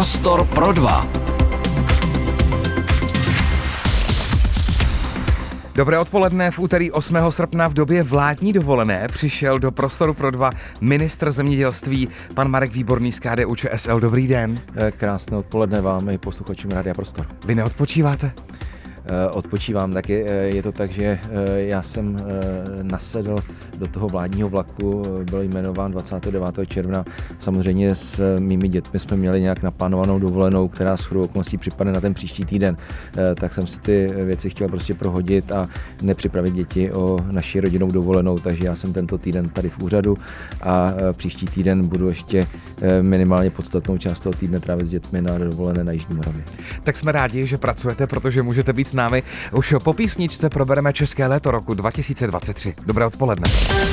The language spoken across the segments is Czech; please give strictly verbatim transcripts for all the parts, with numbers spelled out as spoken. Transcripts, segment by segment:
Prostor pro dva. Dobré odpoledne. V úterý osmého srpna v době vládní dovolené přišel do Prostoru pro dva ministr zemědělství, pan Marek Výborný z K D U Č S L. Dobrý den. Krásné odpoledne vám i posluchačům Rádia Prostor. Vy neodpočíváte? Odpočívám, tak je, je to tak, že já jsem nasedl do toho vládního vlaku, byl jmenován dvacátého devátého června. Samozřejmě s mými dětmi jsme měli nějak naplánovanou dovolenou, která shodou okolností připadne na ten příští týden. Tak jsem si ty věci chtěl prostě prohodit a nepřipravit děti o naši rodinnou dovolenou, takže já jsem tento týden tady v úřadu a příští týden budu ještě minimálně podstatnou část toho týdne trávit s dětmi na dovolené na Jižní Moravě. Tak jsme rádi, že pracujete, protože můžete být s námi. Už po písničce probereme české léto roku dva tisíce dvacet tři. Dobré odpoledne.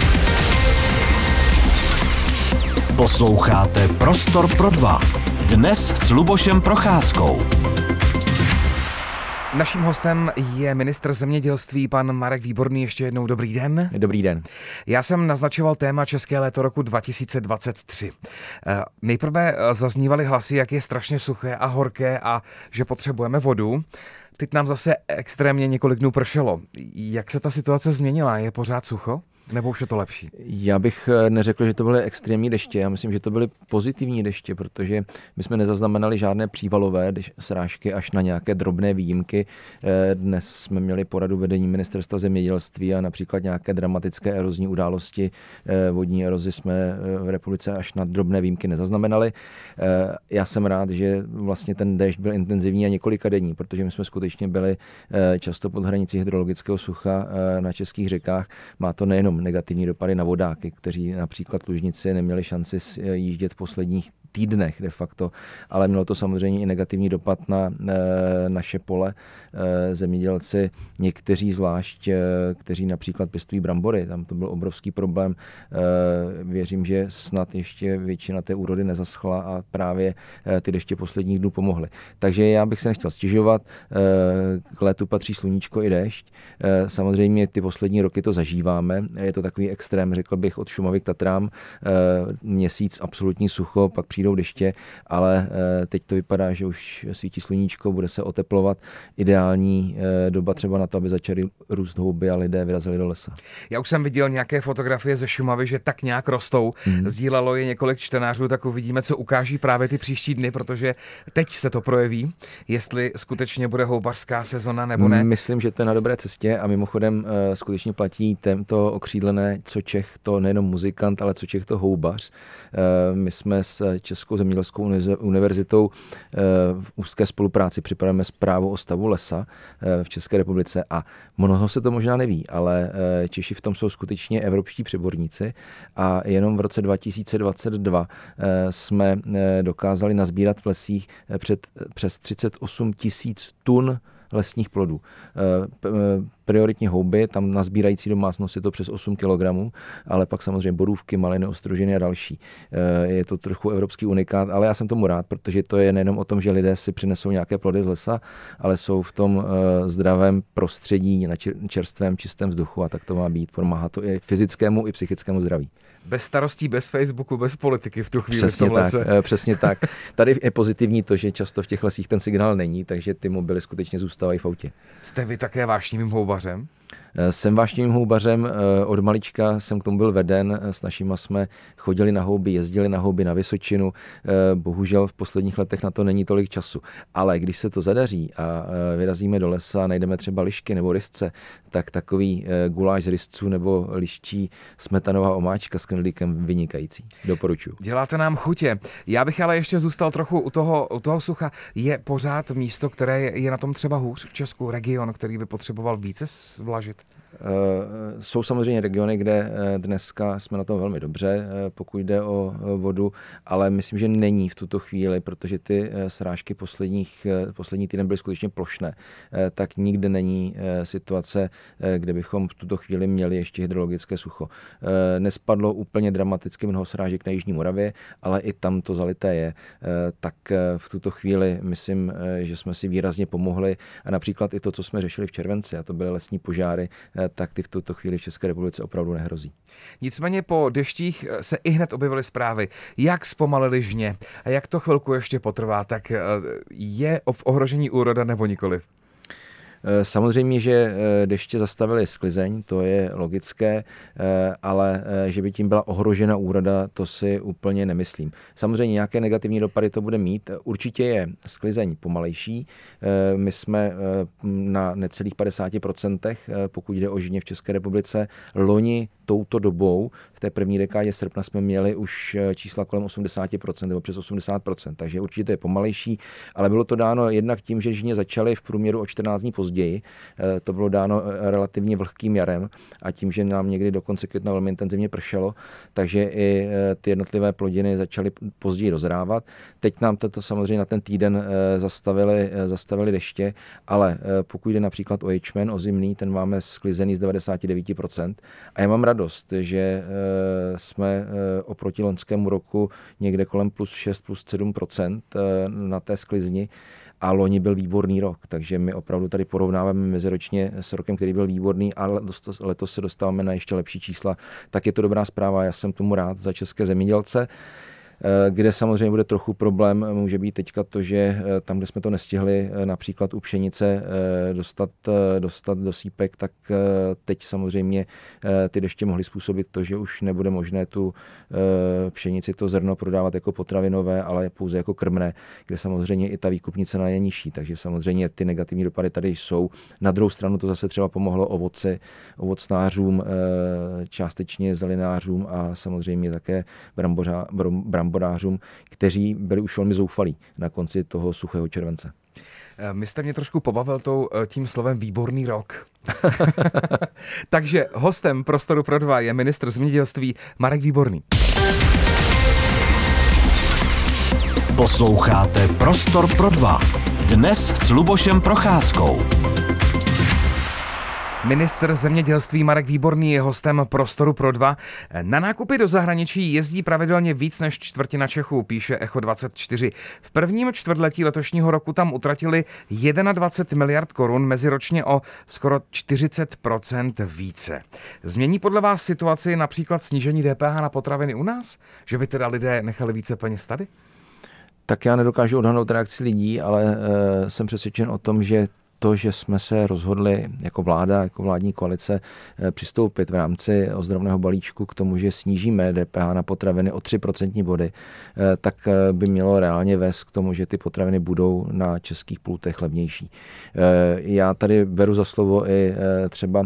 Posloucháte Prostor pro dva. Dnes s Lubošem Procházkou. Naším hostem je ministr zemědělství, pan Marek Výborný. Ještě jednou dobrý den. Dobrý den. Já jsem naznačoval téma české léto roku dva tisíce dvacet tři. Nejprve zaznívaly hlasy, jak je strašně suché a horké a že potřebujeme vodu. Teď nám zase extrémně několik dnů pršelo. Jak se ta situace změnila? Je pořád sucho? Nebo už je to lepší? Já bych neřekl, že to byly extrémní deště. Já myslím, že to byly pozitivní deště, protože my jsme nezaznamenali žádné přívalové srážky až na nějaké drobné výjimky. Dnes jsme měli poradu vedení ministerstva zemědělství a například nějaké dramatické erozní události. Vodní erozi jsme v republice až na drobné výjimky nezaznamenali. Já jsem rád, že vlastně ten déšť byl intenzivní a několika denní, protože my jsme skutečně byli často pod hranicí hydrologického sucha na českých řekách. Má to nejenom negativní dopady na vodáky, kteří například lužníci neměli šanci jíždět v posledních týdnech de facto, ale mělo to samozřejmě i negativní dopad na e, naše pole. E, zemědělci, někteří zvlášť, e, kteří například pěstují brambory, tam to byl obrovský problém. E, věřím, že snad ještě většina té úrody nezaschla a právě e, ty deště posledních dnů pomohly. Takže já bych se nechtěl stěžovat. E, k létu patří sluníčko i déšť. E, samozřejmě ty poslední roky to zažíváme. Je to takový extrém, řekl bych, od Šumavy k Tatrám. E, měsíc absolutní sucho, pak přijdou deště, ale teď to vypadá, že už svítí sluníčko, bude se oteplovat. Ideální doba třeba na to, aby začaly růst houby a lidé vyrazili do lesa. Já už jsem viděl nějaké fotografie ze Šumavy, že tak nějak rostou. Mm-hmm. Sdílelo je několik čtenářů, tak uvidíme, co ukáží právě ty příští dny, protože teď se to projeví, jestli skutečně bude houbařská sezona nebo ne. Myslím, že to je na dobré cestě a mimochodem skutečně platí tento okřídlené, co Čech to nejenom muzikant, ale co Čech to houbař. My jsme s Českou zemědělskou univerzitou v úzké spolupráci připravujeme zprávu o stavu lesa v České republice a mnoho se to možná neví, ale Češi v tom jsou skutečně evropští přeborníci a jenom v roce dva tisíce dvacet dva jsme dokázali nazbírat v lesích před, přes třicet osm tisíc tun lesních plodů. Prioritně houby, tam nazbírající domácnost je to přes osm kilogramů, ale pak samozřejmě borůvky, maliny, ostrožiny a další. Je to trochu evropský unikát, ale já jsem tomu rád, protože to je nejenom o tom, že lidé si přinesou nějaké plody z lesa, ale jsou v tom zdravém prostředí, na čerstvém, čistém vzduchu a tak to má být. Pomáhá to i fyzickému, i psychickému zdraví. Bez starostí, bez Facebooku, bez politiky v tu chvíli přesně v tom lese. Tak, přesně tak. Tady je pozitivní to, že často v těch lesích ten signál není, takže ty mobily skutečně zůstávají v autě. Jste vy také vášnivým houbařem? Jsem vášnivým houbařem, od malička jsem k tomu byl veden, s našima jsme chodili na houby, jezdili na houby na Vysočinu, bohužel v posledních letech na to není tolik času, ale když se to zadaří a vyrazíme do lesa, najdeme třeba lišky nebo rysce, tak takový guláš z rysců nebo liščí smetanová omáčka s knedlíkem vynikající. Doporučuji. Děláte nám chutě. Já bych ale ještě zůstal trochu u toho, u toho sucha. Je pořád místo, které je, je na tom třeba hůř v Česku, region, který by potřeboval více zvlažit? Jsou samozřejmě regiony, kde dneska jsme na tom velmi dobře, pokud jde o vodu, ale myslím, že není v tuto chvíli, protože ty srážky posledních, poslední týden byly skutečně plošné, tak nikde není situace, kde bychom v tuto chvíli měli ještě hydrologické sucho. Nespadlo úplně dramaticky mnoho srážek na Jižní Moravě, ale i tam to zalité je. Tak v tuto chvíli myslím, že jsme si výrazně pomohli a například i to, co jsme řešili v červenci, a to byly lesní požáry, tak ty v tuto chvíli v České republice opravdu nehrozí. Nicméně po deštích se i hned objevily zprávy, jak zpomalily žně a jak to chvilku ještě potrvá, tak je v ohrožení úroda nebo nikoliv? Samozřejmě, že deště zastavily sklizeň, to je logické, ale že by tím byla ohrožena úroda, to si úplně nemyslím. Samozřejmě nějaké negativní dopady to bude mít. Určitě je sklizeň pomalejší. My jsme na necelých padesáti procentech, pokud jde o žně v České republice. Loni touto dobou, v té první dekádě srpna jsme měli už čísla kolem osmdesát procent nebo přes osmdesát procent, takže určitě to je pomalejší, ale bylo to dáno jednak tím, že žně začaly v průměru o čtrnáct dní později. To bylo dáno relativně vlhkým jarem a tím, že nám někdy do konce května velmi intenzivně pršelo, takže i ty jednotlivé plodiny začaly později dozrávat. Teď nám to samozřejmě na ten týden zastavili, zastavili deště, ale pokud jde například o ječmen, o zimný, ten máme sklizený z devadesát devět procent a já mám radost, že jsme oproti loňskému roku někde kolem plus šest, plus sedm procent na té sklizni a loni byl výborný rok, takže my opravdu tady porovnáváme meziročně s rokem, který byl výborný, ale letos se dostáváme na ještě lepší čísla, tak je to dobrá zpráva, já jsem tomu rád za české zemědělce. Kde samozřejmě bude trochu problém, může být teďka to, že tam, kde jsme to nestihli, například u pšenice dostat, dostat do sípek, tak teď samozřejmě ty deště mohly způsobit to, že už nebude možné tu pšenici, to zrno prodávat jako potravinové, ale pouze jako krmné, kde samozřejmě i ta výkupní cena je nižší, takže samozřejmě ty negativní dopady tady jsou. Na druhou stranu to zase třeba pomohlo ovoci, ovocnářům, částečně zelinářům a samozřejmě také brambořá, bram, bramborářům, kteří byli už velmi zoufalí na konci toho suchého července. My jste mě trošku pobavil tou, tím slovem výborný rok. Takže hostem Prostoru pro dva je ministr zemědělství Marek Výborný. Posloucháte Prostor pro dva. Dnes s Lubošem Procházkou. Ministr zemědělství Marek Výborný je hostem Prostoru pro dva. Na nákupy do zahraničí jezdí pravidelně víc než čtvrtina Čechů, píše Echo dvacet čtyři. V prvním čtvrtletí letošního roku tam utratili dvacet jedna miliard korun, meziročně o skoro čtyřicet procent více. Změní podle vás situaci například snížení D P H na potraviny u nás? Že by teda lidé nechali více peněz tady? Tak já nedokážu odhadnout reakci lidí, ale uh, jsem přesvědčen o tom, že to, že jsme se rozhodli jako vláda, jako vládní koalice přistoupit v rámci ozdravného balíčku k tomu, že snížíme D P H na potraviny o tři procentní body, tak by mělo reálně vést k tomu, že ty potraviny budou na českých pultech levnější. Já tady beru za slovo i třeba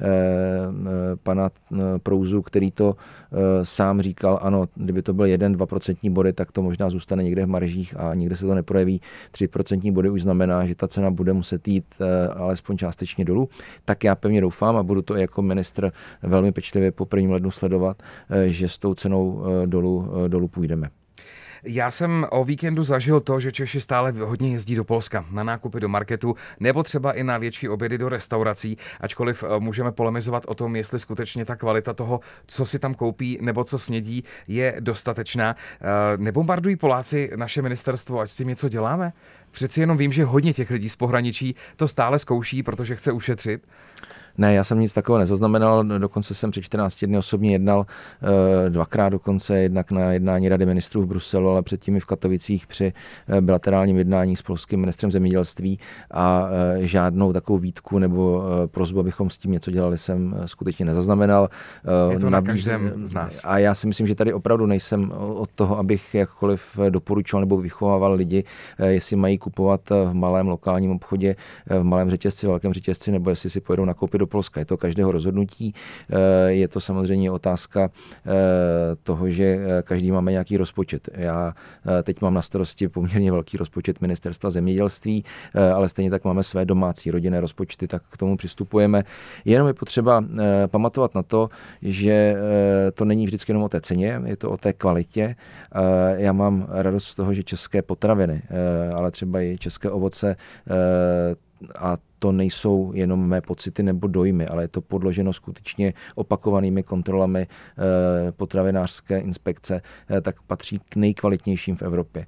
pana Prouzu, který to sám říkal, ano, kdyby to byl jeden, dva procentní body, tak to možná zůstane někde v maržích a nikde se to neprojeví. Tři procentní body už znamená, že ta cena bude muset jít alespoň částečně dolů, tak já pevně doufám a budu to jako ministr velmi pečlivě po prvním lednu sledovat, že s tou cenou dolů, dolů půjdeme. Já jsem o víkendu zažil to, že Češi stále hodně jezdí do Polska na nákupy do marketu nebo třeba i na větší obědy do restaurací, ačkoliv můžeme polemizovat o tom, jestli skutečně ta kvalita toho, co si tam koupí nebo co snědí, je dostatečná. Nebombardují Poláci naše ministerstvo, ať s tím něco děláme? Přeci jenom vím, že hodně těch lidí z pohraničí to stále zkouší, protože chce ušetřit. Ne, já jsem nic takového nezaznamenal, dokonce jsem před čtrnácti dny osobně jednal dvakrát dokonce, jednak na jednání Rady ministrů v Bruselu, ale předtím i v Katovicích při bilaterálním jednání s polským ministrem zemědělství a žádnou takovou výtku nebo prosbu, abychom s tím něco dělali, jsem skutečně nezaznamenal. Je to na každém z nás. A já si myslím, že tady opravdu nejsem od toho, abych jakkoliv doporučoval nebo vychovával lidi, jestli mají kupovat v malém lokálním obchodě, v malém řetězci, velkém řetězci, nebo jestli si pojedou nakoupit do Polska. Je to každého rozhodnutí. Je to samozřejmě otázka toho, že každý máme nějaký rozpočet. Já teď mám na starosti poměrně velký rozpočet ministerstva zemědělství, ale stejně tak máme své domácí rodinné rozpočty, tak k tomu přistupujeme. Jenom je potřeba pamatovat na to, že to není vždycky jenom o té ceně, je to o té kvalitě. Já mám radost z toho, že české potraviny, ale třeba i české ovoce a to nejsou jenom mé pocity nebo dojmy, ale je to podloženo skutečně opakovanými kontrolami potravinářské inspekce, tak patří k nejkvalitnějším v Evropě.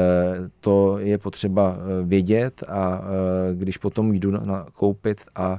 To je potřeba vědět a když potom jdu nakoupit a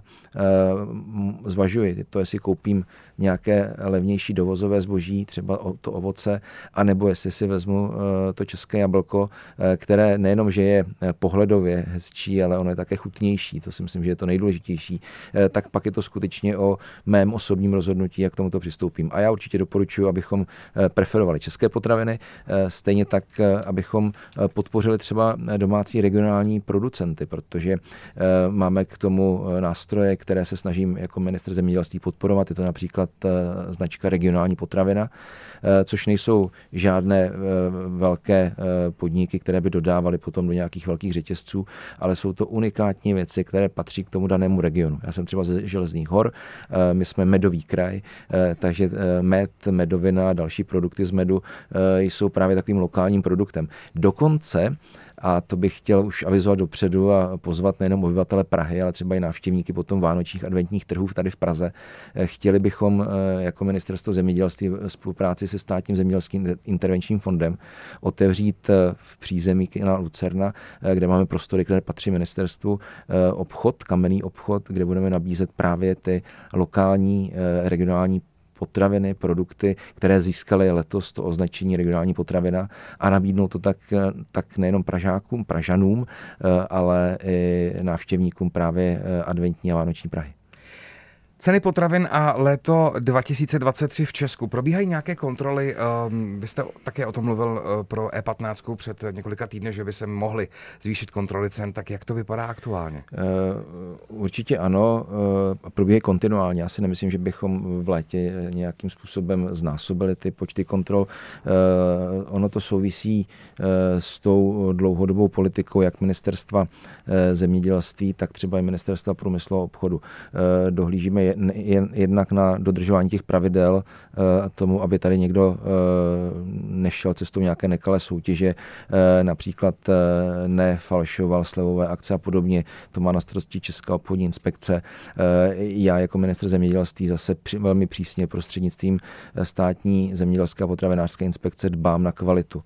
zvažuji to, jestli koupím nějaké levnější dovozové zboží, třeba to ovoce, anebo jestli si vezmu to české jablko, které nejenom, že je pohledově hezčí, ale ono je také chutnější, to si myslím, že je to nejdůležitější, tak pak je to skutečně o mém osobním rozhodnutí, jak k tomuto přistoupím. A já určitě doporučuji, abychom preferovali české potraviny, stejně tak, abychom podpořili třeba domácí regionální producenty, protože máme k tomu nástroje, které se snažím jako ministr zemědělství podporovat. Je to například značka Regionální potravina, což nejsou žádné velké podniky, které by dodávaly potom do nějakých velkých řetězců, ale jsou to unikátní věci, které patří k tomu danému regionu. Já jsem třeba ze Železných hor, my jsme medový kraj, takže med, medovina a další produkty z medu jsou právě takovým lokálním produktem. Dokonce, a to bych chtěl už avizovat dopředu a pozvat nejenom obyvatele Prahy, ale třeba i návštěvníky potom vánočních adventních trhů tady v Praze. Chtěli bychom jako ministerstvo zemědělství v spolupráci se státním zemědělským intervenčním fondem otevřít v přízemí na Lucerna, kde máme prostory, které patří ministerstvu, obchod, kamenný obchod, kde budeme nabízet právě ty lokální regionální potraviny, produkty, které získaly letos to označení regionální potravina a nabídnou to tak, tak nejenom Pražákům, Pražanům, ale i návštěvníkům právě adventní a vánoční Prahy. Ceny potravin a léto dva tisíce dvacet tři v Česku. Probíhají nějaké kontroly? Vy jste také o tom mluvil pro E patnáct před několika týdny, že by se mohly zvýšit kontroly cen. Tak jak to vypadá aktuálně? Určitě ano. Probíhají kontinuálně. Já si nemyslím, že bychom v létě nějakým způsobem znásobili ty počty kontrol. Ono to souvisí s tou dlouhodobou politikou jak ministerstva zemědělství, tak třeba i ministerstva průmyslu a obchodu. Dohlížíme jednak na dodržování těch pravidel a tomu, aby tady někdo nešel cestou nějaké nekalé soutěže, například nefalšoval slevové akce a podobně. To má na starosti Česká obchodní inspekce. Já jako ministr zemědělství zase při, velmi přísně prostřednictvím státní zemědělské a potravinářské inspekce dbám na kvalitu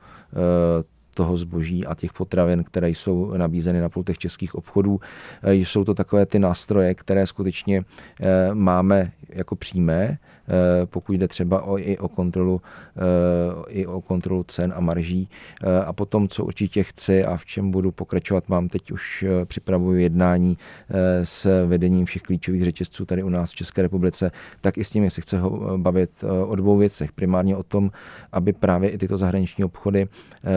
toho zboží a těch potravin, které jsou nabízeny na pultech českých obchodů. Jsou to takové ty nástroje, které skutečně máme jako přímé, pokud jde třeba o, i, o kontrolu, i o kontrolu cen a marží. A potom, co určitě chci a v čem budu pokračovat, mám teď už připravuju jednání s vedením všech klíčových řetězců tady u nás v České republice, tak i s nimi se chce bavit o dvou věcech. Primárně o tom, aby právě i tyto zahraniční obchody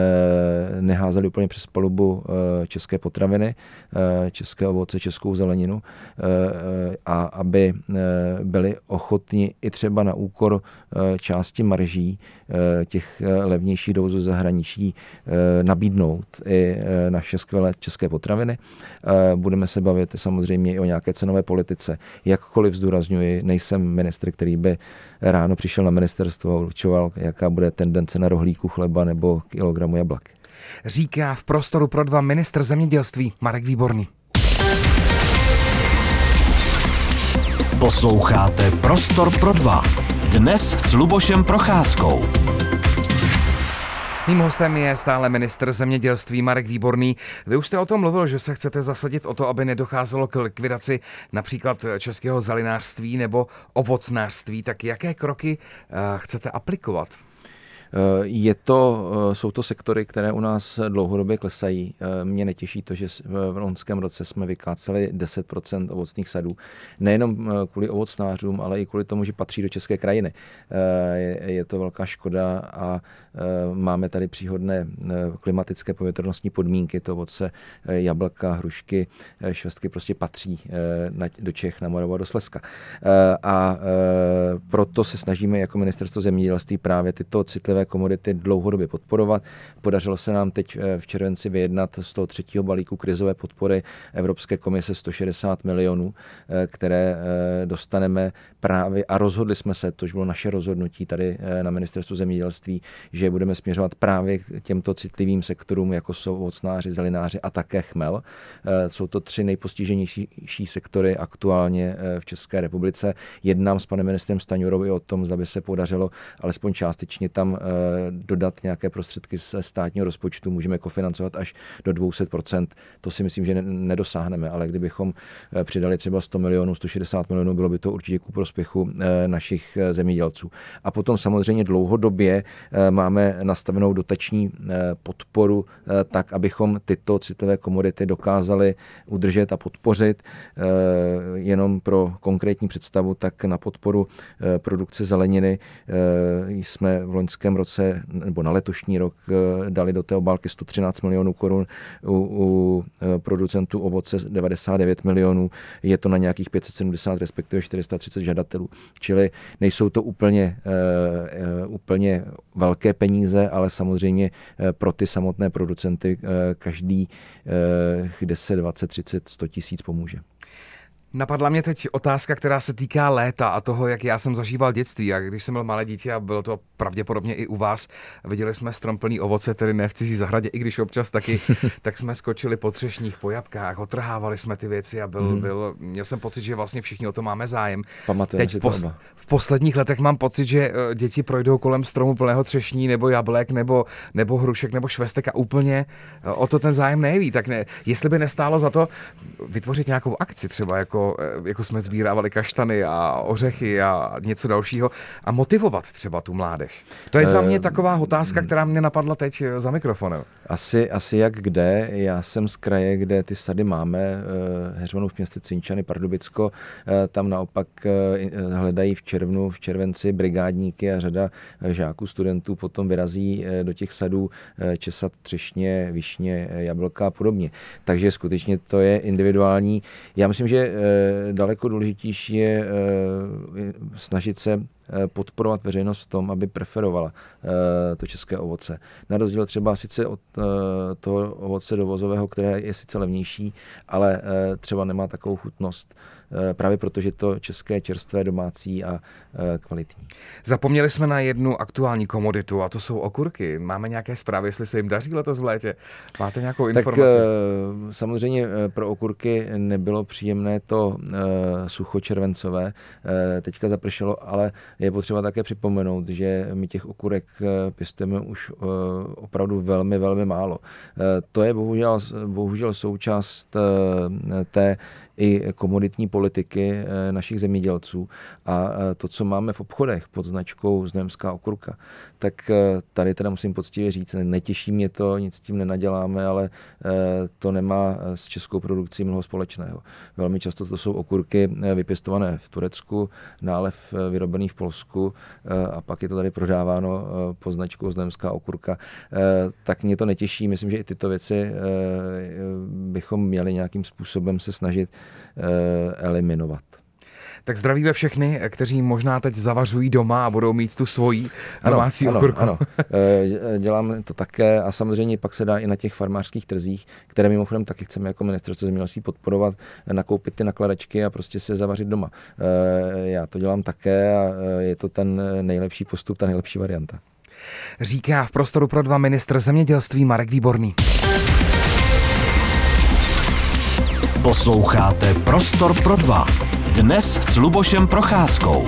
neházeli úplně přes palubu české potraviny, české ovoce, českou zeleninu a aby byli ochotni i třeba na úkor části marží těch levnějších dovozů zahraničí nabídnout i naše skvělé české potraviny. Budeme se bavit samozřejmě i o nějaké cenové politice. Jakkoliv zdůrazňuji, nejsem ministr, který by ráno přišel na ministerstvo a určoval, jaká bude tendence na rohlíku chleba nebo kilogramu jablek. Říká v Prostoru pro dva ministr zemědělství Marek Výborný. Posloucháte Prostor pro dva. Dnes s Lubošem Procházkou. Mým hostem je stále ministr zemědělství Marek Výborný. Vy už jste o tom mluvil, že se chcete zasadit o to, aby nedocházelo k likvidaci například českého zelinářství nebo ovocnářství. Tak jaké kroky uh, chcete aplikovat? Je to, jsou to sektory, které u nás dlouhodobě klesají. Mě netěší to, že v loňském roce jsme vykáceli deset procent ovocných sadů. Nejenom kvůli ovocnářům, ale i kvůli tomu, že patří do české krajiny. Je to velká škoda a máme tady příhodné klimatické povětrnostní podmínky. To ovoce, jablka, hrušky, švestky prostě patří do Čech, na Moravu a do Slezska. A proto se snažíme jako ministerstvo zemědělství právě tyto citlivé citlivé komodity dlouhodobě podporovat. Podařilo se nám teď v červenci vyjednat z toho třetího balíku krizové podpory Evropské komise sto šedesát milionů, které dostaneme právě, a rozhodli jsme se, tož bylo naše rozhodnutí tady na Ministerstvu zemědělství, že budeme směřovat právě k těmto citlivým sektorům, jako jsou ovocnáři, zelináři a také chmel. Jsou to tři nejpostiženější sektory aktuálně v České republice. Jednám s panem ministrem Stanjurou i o tom, zda by se podařilo alespoň částečně tam dodat nějaké prostředky ze státního rozpočtu. Můžeme kofinancovat až do dvě stě procent. To si myslím, že nedosáhneme, ale kdybychom přidali třeba sto milionů, sto šedesát milionů, bylo by to určitě ku prospěchu našich zemědělců. A potom samozřejmě dlouhodobě máme nastavenou dotační podporu tak, abychom tyto citlivé komodity dokázali udržet a podpořit. Jenom pro konkrétní představu, tak na podporu produkce zeleniny jsme v loňském roce nebo na letošní rok dali do té obálky sto třináct milionů korun, u, u producentů ovoce devadesát devět milionů, je to na nějakých pět set sedmdesát, respektive čtyři sta třicet žadatelů. Čili nejsou to úplně, uh, úplně velké peníze, ale samozřejmě pro ty samotné producenty každý uh, deset, dvacet, třicet, sto tisíc pomůže. Napadla mě teď otázka, která se týká léta a toho, jak já jsem zažíval dětství. A když jsem byl malé dítě, a bylo to pravděpodobně i u vás, viděli jsme strom plný ovoce, tedy ne v cizí zahradě, i když občas taky, tak jsme skočili po třešních, po jabkách, otrhávali jsme ty věci a byl, mm. byl, měl jsem pocit, že vlastně všichni o to máme zájem. Pamatujeme teď si v, pos, to v posledních letech mám pocit, že děti projdou kolem stromu plného třešní, nebo jablek, nebo, nebo hrušek, nebo švestek a úplně o to ten zájem nejeví. Tak ne, jestli by nestálo za to vytvořit nějakou akci třeba jako jako jsme sbírávali kaštany a ořechy a něco dalšího a motivovat třeba tu mládež. To je za mě taková otázka, která mě napadla teď za mikrofonem. Asi, asi jak kde. Já jsem z kraje, kde ty sady máme, Heřmanův město Cinčany, Pardubicko, tam naopak hledají v červnu, v červenci brigádníky a řada žáků, studentů potom vyrazí do těch sadů česat třešně, višně, jablka a podobně. Takže skutečně to je individuální. Já myslím, že daleko důležitější je snažit se podporovat veřejnost v tom, aby preferovala to české ovoce. Na rozdíl třeba sice od toho ovoce dovozového, které je sice levnější, ale třeba nemá takovou chutnost. Právě protože to české čerstvé, domácí a kvalitní. Zapomněli jsme na jednu aktuální komoditu a to jsou okurky. Máme nějaké zprávy, jestli se jim daří letos v létě? Máte nějakou informaci? Tak samozřejmě pro okurky nebylo příjemné to sucho červencové. Teďka zapršelo, ale je potřeba také připomenout, že my těch okurek pěstujeme už opravdu velmi, velmi málo. To je bohužel, bohužel součást té i komoditní politiky našich zemědělců a to, co máme v obchodech pod značkou znojemská okurka, tak tady teda musím poctivě říct, netěší mě to, nic s tím nenaděláme, ale to nemá s českou produkcí mnoho společného. Velmi často to jsou okurky vypěstované v Turecku, nálev vyrobený v Polsku a pak je to tady prodáváno pod značkou znojemská okurka. Tak mě to netěší, myslím, že i tyto věci bychom měli nějakým způsobem se snažit eliminovat. Tak zdravíme všechny, kteří možná teď zavařují doma a budou mít tu svoji domácí ano, okurku. Ano, ano. Dělám to také a samozřejmě pak se dá i na těch farmářských trzích, které mimochodem taky chceme jako ministerstvo zemědělství podporovat, nakoupit ty nakladačky a prostě se zavařit doma. Já to dělám také a je to ten nejlepší postup, ta nejlepší varianta. Říká v Prostoru pro dva ministr zemědělství Marek Výborný. Posloucháte Prostor pro dva. Dnes s Lubošem Procházkou.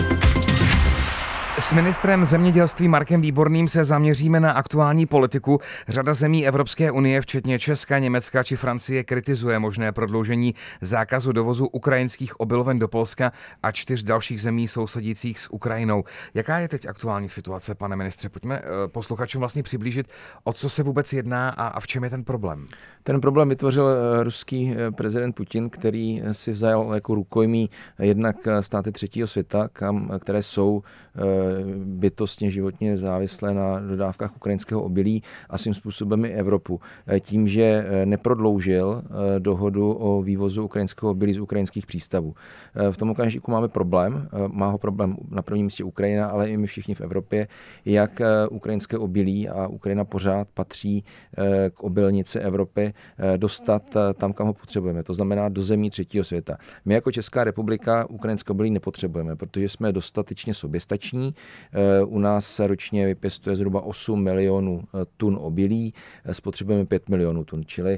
S ministrem zemědělství Markem Výborným se zaměříme na aktuální politiku. Řada zemí Evropské unie, včetně Česka, Německa či Francie, kritizuje možné prodloužení zákazu dovozu ukrajinských obilovin do Polska a čtyř dalších zemí sousedících s Ukrajinou. Jaká je teď aktuální situace, pane ministře? Pojďme posluchačům vlastně přiblížit, o co se vůbec jedná a, a v čem je ten problém. Ten problém vytvořil ruský prezident Putin, který si vzal jako rukojmí jednak státy třetího světa, kam, které jsou bytostně životně závislé na dodávkách ukrajinského obilí a svým způsobem i Evropu. Tím, že neprodloužil dohodu o vývozu ukrajinského obilí z ukrajinských přístavů. V tom okamžiku máme problém, má ho problém na prvním místě Ukrajina, ale i my všichni v Evropě, jak ukrajinské obilí, a Ukrajina pořád patří k obilnici Evropy, dostat tam, kam ho potřebujeme. To znamená do zemí třetího světa. My jako Česká republika ukrajinské obilí nepotřebujeme, protože jsme dostatečně soběstační. U nás se ročně vypěstuje zhruba osm milionů tun obilí, spotřebujeme pět milionů tun, čili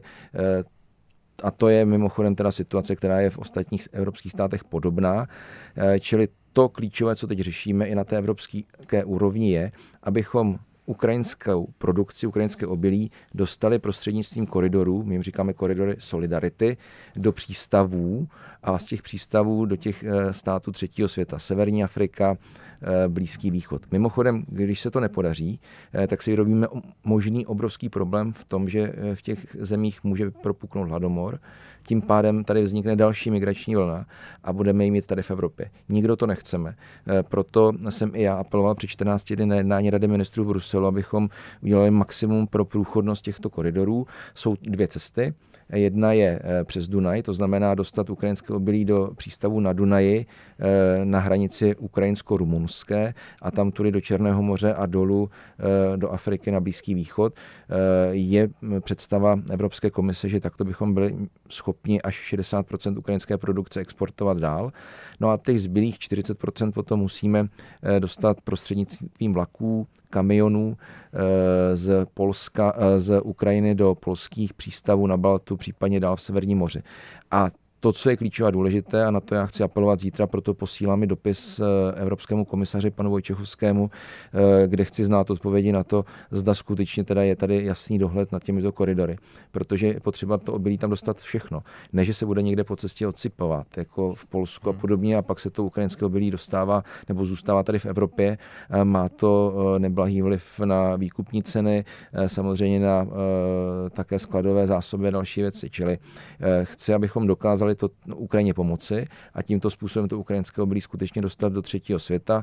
a to je mimochodem teda situace, která je v ostatních evropských státech podobná, čili to klíčové, co teď řešíme i na té evropské úrovni je, abychom ukrajinskou produkci, ukrajinské obilí dostali prostřednictvím koridorů, my jim říkáme koridory solidarity, do přístavů a z těch přístavů do těch států třetího světa, Severní Afrika, Blízký východ. Mimochodem, když se to nepodaří, tak si vyrobíme možný obrovský problém v tom, že v těch zemích může propuknout hladomor, tím pádem tady vznikne další migrační vlna a budeme ji mít tady v Evropě. Nikdo to nechceme. Proto jsem i já apeloval při čtrnácti dny na jednání Rady ministrů v Bruselu, abychom udělali maximum pro průchodnost těchto koridorů. Jsou dvě cesty. Jedna je přes Dunaj, to znamená dostat ukrajinské obilí do přístavu na Dunaji na hranici ukrajinsko-rumunské a tam tudy do Černého moře a dolů do Afriky na Blízký východ. Je představa Evropské komise, že takto bychom byli schopni až šedesát procent ukrajinské produkce exportovat dál. No a těch zbylých čtyřicet procent potom musíme dostat prostřednictvím vlaků, kamionů z Polska, z Ukrajiny do polských přístavů na Baltu, případně dál v Severním moři. A to, co je klíčové a důležité, a na to já chci apelovat zítra, proto posílám i dopis evropskému komisaři panu Vojčechovskému, kde chci znát odpovědi na to, zda skutečně teda je tady jasný dohled nad těmito koridory, protože je potřeba to obilí tam dostat všechno. Ne, že se bude někde po cestě odsypovat, jako v Polsku a podobně, a pak se to ukrajinské obilí dostává nebo zůstává tady v Evropě. Má to neblahý vliv na výkupní ceny, samozřejmě na také skladové zásoby a další věci. Čili chci, abychom dokázali to Ukrajině pomoci a tímto způsobem to ukrajinské obilí skutečně dostat do třetího světa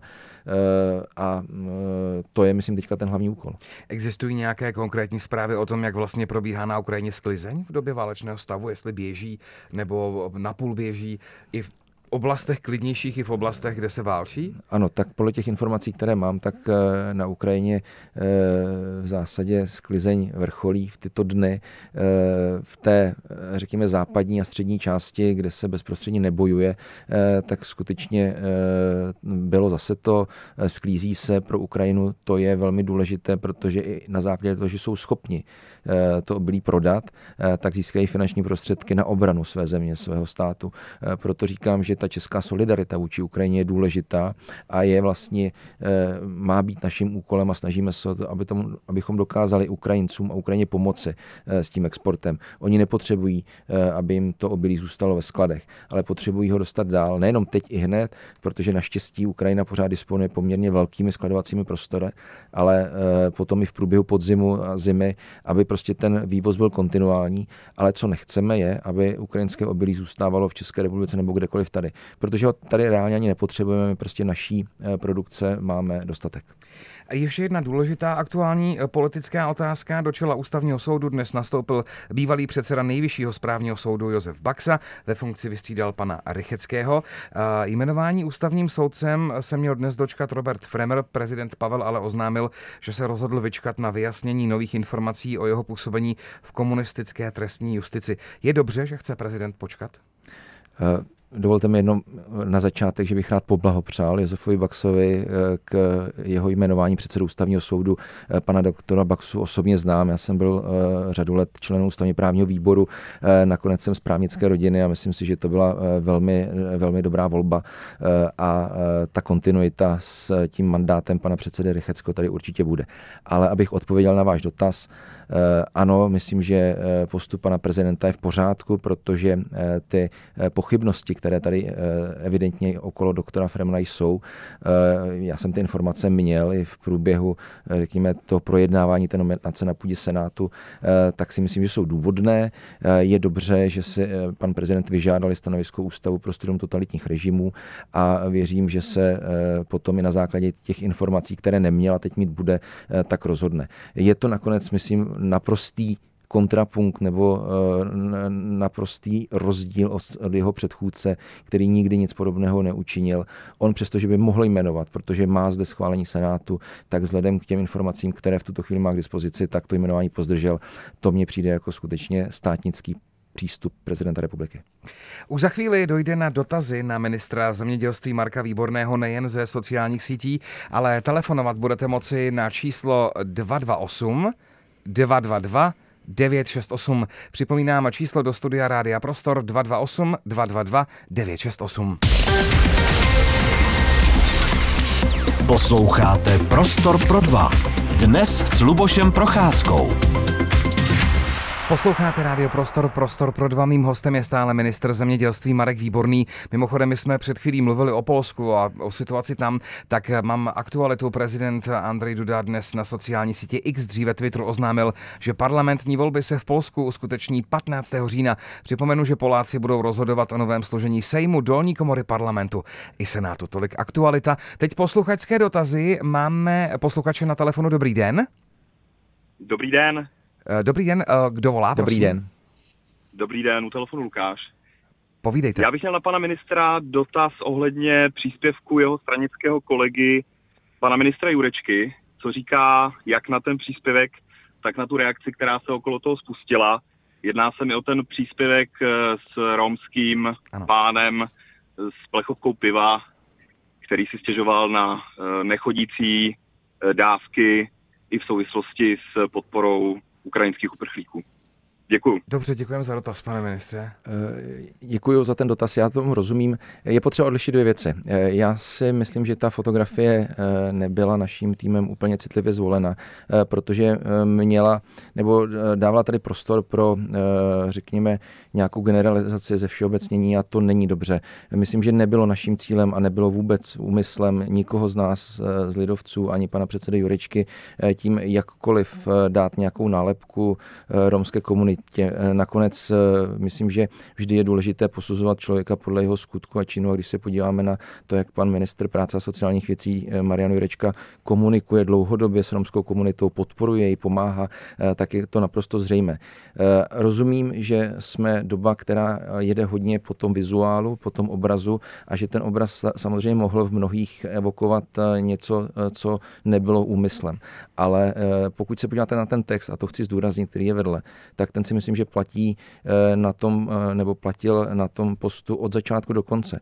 a to je, myslím, teďka ten hlavní úkol. Existují nějaké konkrétní zprávy o tom, jak vlastně probíhá na Ukrajině sklizeň v době válečného stavu, jestli běží nebo napůl běží i v oblastech klidnějších i v oblastech, kde se válčí? Ano, tak podle těch informací, které mám, tak na Ukrajině v zásadě sklizeň vrcholí v tyto dny. V té, řekněme, západní a střední části, kde se bezprostředně nebojuje, tak skutečně bylo zase to, sklízí se pro Ukrajinu, to je velmi důležité, protože i na základě toho, že jsou schopni to obilí prodat, tak získají finanční prostředky na obranu své země, svého státu. Proto říkám, že ta česká solidarita vůči Ukrajině je důležitá a je vlastně, má být naším úkolem a snažíme se o to, aby tomu, abychom dokázali Ukrajincům a Ukrajině pomoci s tím exportem. Oni nepotřebují, aby jim to obilí zůstalo ve skladech, ale potřebují ho dostat dál, nejenom teď i hned, protože naštěstí Ukrajina pořád disponuje poměrně velkými skladovacími prostory, ale potom i v průběhu podzimu a zimy, aby prostě ten vývoz byl kontinuální, ale co nechceme je, aby ukrajinské obilí zůstávalo v České republice nebo kdekoliv tady. Protože ho tady reálně ani nepotřebujeme, my prostě naší produkce máme dostatek. A ještě jedna důležitá aktuální politická otázka. Do čela ústavního soudu dnes nastoupil bývalý předseda nejvyššího správního soudu Josef Baxa. Ve funkci vystřídal pana Rycheckého. Jmenování ústavním soudcem se měl dnes dočkat Robert Fremer. Prezident Pavel ale oznámil, že se rozhodl vyčkat na vyjasnění nových informací o jeho působení v komunistické trestní justici. Je dobře, že chce prezident počkat? Uh... Dovolte mi jenom na začátek, že bych rád poblahopřál Josefovi Baxovi k jeho jmenování předsedou ústavního soudu. Pana doktora Baxu osobně znám, já jsem byl řadu let členem ústavně právního výboru, nakonec jsem z právnické rodiny a myslím si, že to byla velmi, velmi dobrá volba a ta kontinuita s tím mandátem pana předsedy Rycheckého tady určitě bude. Ale abych odpověděl na váš dotaz, ano, myslím, že postup pana prezidenta je v pořádku, protože ty pochybnosti, které tady evidentně okolo doktora Fremla jsou. Já jsem ty informace měl i v průběhu, řekněme, toho projednávání té nominace na půdě Senátu, tak si myslím, že jsou důvodné. Je dobře, že si pan prezident vyžádal stanovisko Ústavu pro studium totalitních režimů a věřím, že se potom i na základě těch informací, které neměla, teď mít bude, tak rozhodne. Je to nakonec, myslím, naprostý kontrapunkt nebo naprostý rozdíl od jeho předchůdce, který nikdy nic podobného neučinil. On přestože by mohl jmenovat, protože má zde schválení Senátu, tak vzhledem k těm informacím, které v tuto chvíli má k dispozici, tak to jmenování pozdržel. To mně přijde jako skutečně státnický přístup prezidenta republiky. Už za chvíli dojde na dotazy na ministra zemědělství Marka Výborného nejen ze sociálních sítí, ale telefonovat budete moci na číslo dva dva osm dva dva dva devět šest osm. Připomínám číslo do studia Rádia Prostor dva dva osm dva dva dva devět šest osm. Posloucháte Prostor pro dva. Dnes s Lubošem Procházkou. Posloucháte Rádio Prostor, Prostor pro dva. Mým hostem je stále ministr zemědělství Marek Výborný. Mimochodem, my jsme před chvílí mluvili o Polsku a o situaci tam, tak mám aktualitu. Prezident Andrej Duda dnes na sociální síti X, dříve Twitter, oznámil, že parlamentní volby se v Polsku uskuteční patnáctého října. Připomenu, že Poláci budou rozhodovat o novém složení Sejmu, dolní komory parlamentu i Senátu. Tolik aktualita. Teď posluchačské dotazy. Máme posluchače na telefonu. Dobrý den. Dobrý den. Dobrý den, kdo volá, Dobrý prosím? den. Dobrý den, u telefonu Lukáš. Povídejte. Já bych měl na pana ministra dotaz ohledně příspěvku jeho stranického kolegy, pana ministra Jurečky, co říká jak na ten příspěvek, tak na tu reakci, která se okolo toho spustila. Jedná se mi o ten příspěvek s romským ano. pánem s plechovkou piva, který si stěžoval na nechodící dávky i v souvislosti s podporou ukrajinských uprchlíků. Děkuju. Dobře, děkujeme za dotaz, pane ministře. Děkuji za ten dotaz, já tomu rozumím. Je potřeba odlišit dvě věci. Já si myslím, že ta fotografie nebyla naším týmem úplně citlivě zvolena, protože měla, nebo dávala tady prostor pro, řekněme, nějakou generalizaci ze všeobecnění a to není dobře. Myslím, že nebylo naším cílem a nebylo vůbec úmyslem nikoho z nás, z lidovců, ani pana předsedy Jurečky, tím jakkoliv dát nějakou nálepku romské komunitě. Nakonec myslím, že vždy je důležité posuzovat člověka podle jeho skutku a činu. A když se podíváme na to, jak pan ministr práce a sociálních věcí Marian Jurečka komunikuje dlouhodobě s romskou komunitou, podporuje ji, pomáhá, tak je to naprosto zřejmé. Rozumím, že jsme doba, která jede hodně po tom vizuálu, po tom obrazu a že ten obraz samozřejmě mohl v mnohých evokovat něco, co nebylo úmyslem. Ale pokud se podíváte na ten text, a to chci zdůraznit, který je vedle, tak ten si myslím, že platí na tom, nebo platil na tom postu od začátku do konce.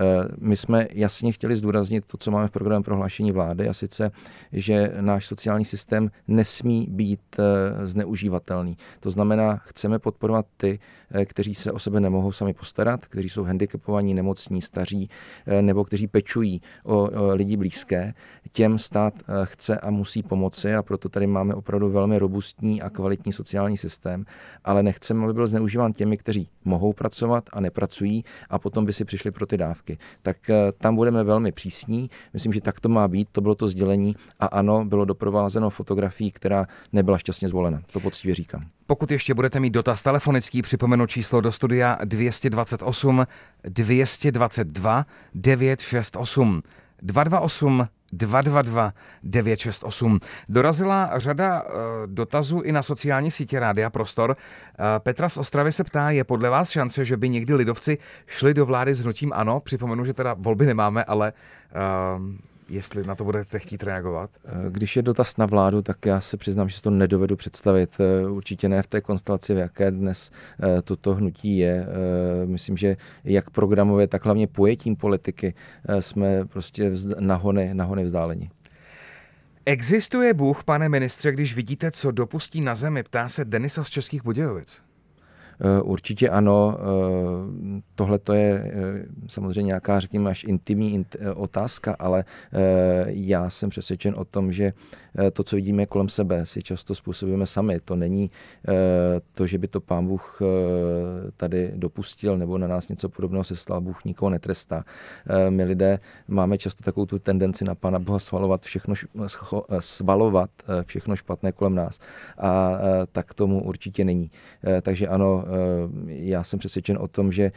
My jsme jasně chtěli zdůraznit to, co máme v programovém prohlášení vlády, a sice, že náš sociální systém nesmí být zneužívatelný. To znamená, chceme podporovat ty, kteří se o sebe nemohou sami postarat, kteří jsou handicapovaní, nemocní, staří, nebo kteří pečují o lidi blízké. Těm stát chce a musí pomoci a proto tady máme opravdu velmi robustní a kvalitní sociální systém, ale nechceme, aby byl zneužíván těmi, kteří mohou pracovat a nepracují a potom by si přišli pro ty dávky. Tak tam budeme velmi přísní. Myslím, že tak to má být, to bylo to sdělení a ano, bylo doprovázeno fotografií, která nebyla šťastně zvolena. To poctivě říkám. Pokud ještě budete mít dotaz telefonický, připomenu číslo do studia dvě dva osm dvě dva dva devět šest osm dva dva osm dva dva dva devět šest osm. Dorazila řada uh, dotazů i na sociální sítě Rádia Prostor. Uh, Petra z Ostravy se ptá, je podle vás šance, že by někdy lidovci šli do vlády s hnutím ANO? Připomenu, že teda volby nemáme, ale uh, jestli na to budete chtít reagovat. Když je dotaz na vládu, tak já se přiznám, že si to nedovedu představit. Určitě ne v té konstelaci, v jaké dnes toto hnutí je. Myslím, že jak programově, tak hlavně pojetím politiky jsme prostě vzd- nahony, nahony vzdáleni. Existuje Bůh, pane ministře, když vidíte, co dopustí na zemi, ptá se Denisa z Českých Budějovic. Určitě ano. Tohle to je samozřejmě nějaká, řekněme, až intimní otázka, ale já jsem přesvědčen o tom, že to, co vidíme kolem sebe, si často způsobujeme sami. To není to, že by to Pán Bůh tady dopustil nebo na nás něco podobného se stalo. Bůh nikoho netrestá. My lidé máme často takovou tu tendenci na Pána Boha svalovat všechno, svalovat všechno špatné kolem nás. A tak tomu určitě není. Takže ano, já jsem přesvědčen o tom, že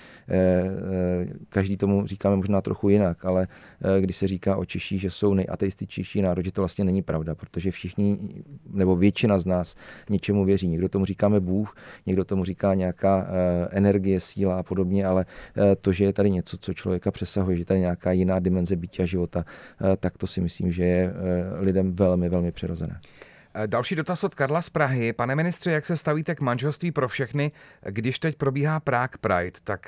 každý tomu říkáme možná trochu jinak, ale když se říká o Češích, že jsou nejateističtější národ, že to vlastně není pravda, protože všichni, nebo většina z nás něčemu věří. Někdo tomu říkáme Bůh, někdo tomu říká nějaká energie, síla a podobně, ale to, že je tady něco, co člověka přesahuje, že je tady nějaká jiná dimenze bytí a života, tak to si myslím, že je lidem velmi, velmi přirozené. Další dotaz od Karla z Prahy. Pane ministře, jak se stavíte k manželství pro všechny, když teď probíhá Prague Pride? Tak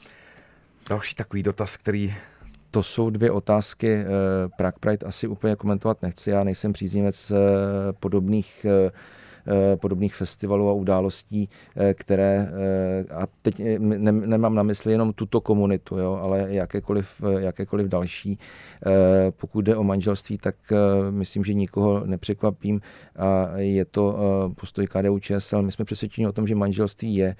další takový dotaz, který... To jsou dvě otázky. Prague Pride asi úplně komentovat nechci. Já nejsem příznivec podobných podobných festivalů a událostí, které, a teď ne, nemám na mysli jenom tuto komunitu, jo, ale jakékoliv, jakékoliv další. Pokud jde o manželství, tak myslím, že nikoho nepřekvapím a je to postoj K D U Č S L. My jsme přesvědčeni o tom, že manželství je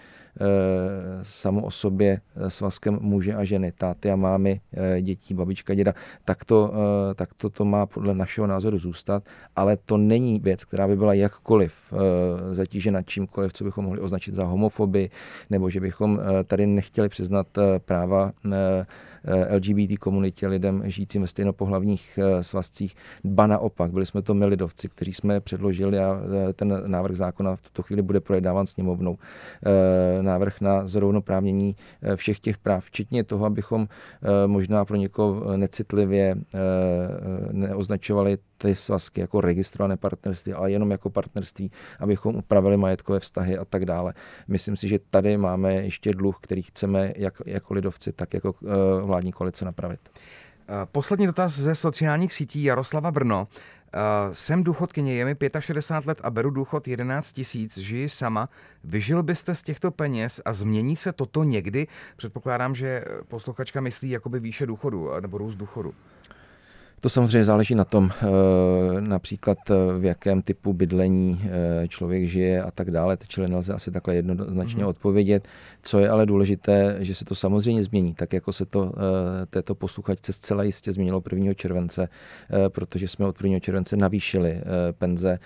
samo o sobě svazkem muže a ženy, táty a mámy, dětí, babička, děda. Tak to, tak to, to má podle našeho názoru zůstat, ale to není věc, která by byla jakkoliv zatížena čímkoliv, co bychom mohli označit za homofobii, nebo že bychom tady nechtěli přiznat práva L G B T komunitě, lidem žijícím ve stejnopohlavních svazcích. Ba naopak, byli jsme to my lidovci, kteří jsme předložili a ten návrh zákona v tuto chvíli bude projednáván sněmovnou. Návrh na zrovnoprávnění všech těch práv, včetně toho, abychom možná pro někoho necitlivě neoznačovali ty svazky jako registrované partnerství, ale jenom jako partnerství, abychom upravili majetkové vztahy a tak dále. Myslím si, že tady máme ještě dluh, který chceme jak, jako lidovci, tak jako vládní koalice napravit. Poslední dotaz ze sociálních sítí Jaroslava Brno. Jsem důchodkyně, je mi šedesát pět let a beru důchod jedenáct tisíc, žiji sama. Vyžil byste z těchto peněz a změní se toto někdy? Předpokládám, že posluchačka myslí jakoby výše důchodu nebo růst důchodu. To samozřejmě záleží na tom, například v jakém typu bydlení člověk žije a tak dále, čili nelze asi takhle jednoznačně mm-hmm. odpovědět. Co je ale důležité, že se to samozřejmě změní, tak jako se to této posluchačce zcela jistě změnilo prvního července, protože jsme od prvního července navýšili penze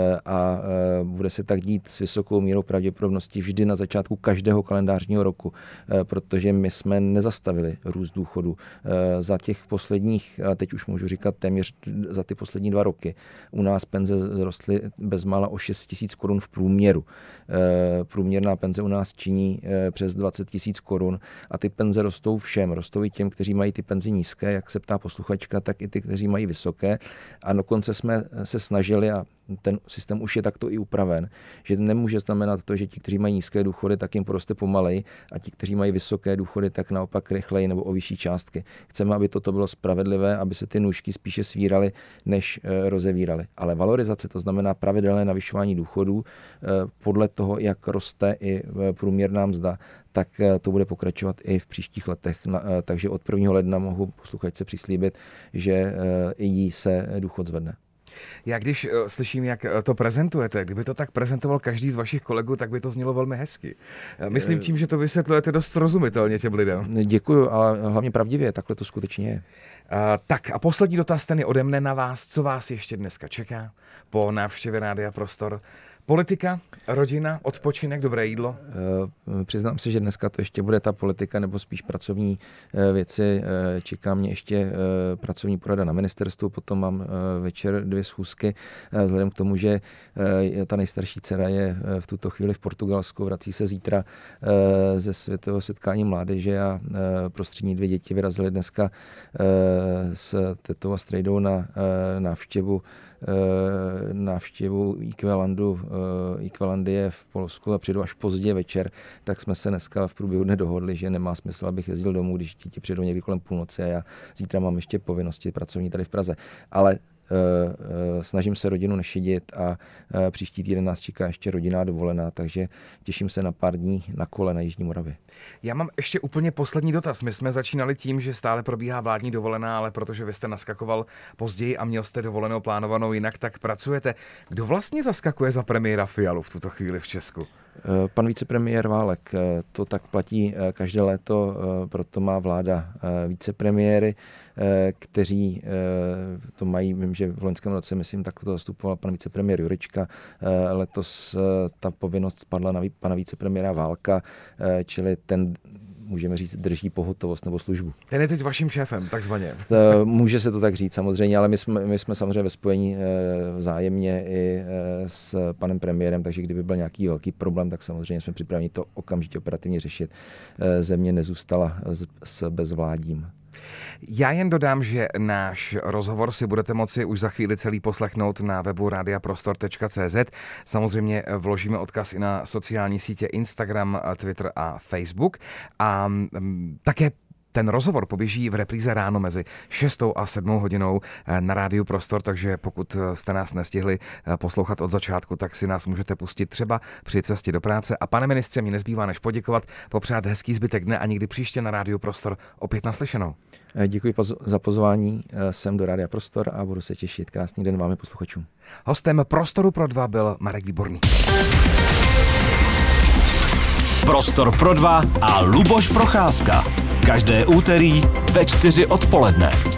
a bude se tak dít s vysokou mírou pravděpodobnosti vždy na začátku každého kalendářního roku, protože my jsme nezastavili růst důchodu. Za těch posledních, teď už můžu říkat téměř za ty poslední dva roky. U nás penze zrostly bezmála o šest tisíc korun v průměru. E, průměrná penze u nás činí e, přes dvacet tisíc korun a ty penze rostou všem. Rostou i těm, kteří mají ty penze nízké, jak se ptá posluchačka, tak i ty, kteří mají vysoké. A dokonce jsme se snažili, a ten systém už je takto i upraven, že nemůže znamenat to, že ti, kteří mají nízké důchody, tak jim poroste pomaleji a ti, kteří mají vysoké důchody, tak naopak rychleji nebo o vyšší částky. Chceme, aby toto bylo spravedlivé, aby se ty nůžky spíše svíraly, než e, rozevíraly. Ale valorizace, to znamená pravidelné navyšování důchodů e, podle toho, jak roste i průměrná mzda, tak e, to bude pokračovat i v příštích letech. Na, e, takže od prvního ledna mohu posluchačce přislíbit, že e, i jí se důchod zvedne. Já když uh, slyším, jak to prezentujete, kdyby to tak prezentoval každý z vašich kolegů, tak by to znělo velmi hezky. Myslím tím, že to vysvětlujete dost srozumitelně těm lidem. Děkuju, ale hlavně pravdivě, takhle to skutečně je. Uh, tak a poslední dotaz, ten je ode mne na vás. Co vás ještě dneska čeká po návštěvě Rádia Prostor? Politika, rodina, odpočinek, dobré jídlo? E, přiznám se, že dneska to ještě bude ta politika, nebo spíš pracovní e, věci. E, čeká mě ještě e, pracovní porada na ministerstvu, potom mám e, večer dvě schůzky. E, vzhledem k tomu, že e, ta nejstarší dcera je e, v tuto chvíli v Portugalsku, vrací se zítra e, ze světového setkání mládeže a e, prostřední dvě děti vyrazily dneska e, s tetou a strejdou na e, návštěvu návštěvu Equalandu, Equalandie v Polsku a přijdu až pozdě večer, tak jsme se dneska v průběhu dne dohodli, že nemá smysl, abych jezdil domů, když děti přijdou někdy kolem půlnoci a já zítra mám ještě povinnosti pracovní tady v Praze. Ale snažím se rodinu nešidit a příští týden nás čeká ještě rodinná dovolená, takže těším se na pár dní na kole na Jižní Moravě. Já mám ještě úplně poslední dotaz. My jsme začínali tím, že stále probíhá vládní dovolená, ale protože vy jste naskakoval později a měl jste dovolenou plánovanou jinak, tak pracujete. Kdo vlastně zaskakuje za premiéra Fialu v tuto chvíli v Česku? Pan vicepremiér Válek, to tak platí každé léto, proto má vláda vicepremiéry, kteří to mají, vím, že v loňském roce, myslím, tak to zastupoval pan vicepremiér Jurečka, letos ta povinnost spadla na pana vicepremiéra Válka, čili ten, můžeme říct, drží pohotovost nebo službu. Ten je teď vaším šéfem, takzvaně. To, může se to tak říct samozřejmě, ale my jsme, my jsme samozřejmě ve spojení e, vzájemně i e, s panem premiérem, takže kdyby byl nějaký velký problém, tak samozřejmě jsme připraveni to okamžitě operativně řešit. E, země nezůstala s, s bezvládím. Já jen dodám, že náš rozhovor si budete moci už za chvíli celý poslechnout na webu radiaprostor tečka cé zet. Samozřejmě vložíme odkaz i na sociální sítě Instagram, Twitter a Facebook. A také ten rozhovor poběží v repríze ráno mezi šestou a sedmou hodinou na Rádiu Prostor, takže pokud jste nás nestihli poslouchat od začátku, tak si nás můžete pustit třeba při cestě do práce. A pane ministře, mi nezbývá než poděkovat, popřát hezký zbytek dne a někdy příště na Rádiu Prostor opět naslyšenou. Děkuji za pozvání sem do Rádia Prostor a budu se těšit. Krásný den vám i posluchačům. Hostem Prostoru pro dva byl Marek Výborný. Prostor pro dva a Luboš Procházka. Každé úterý ve čtyři odpoledne.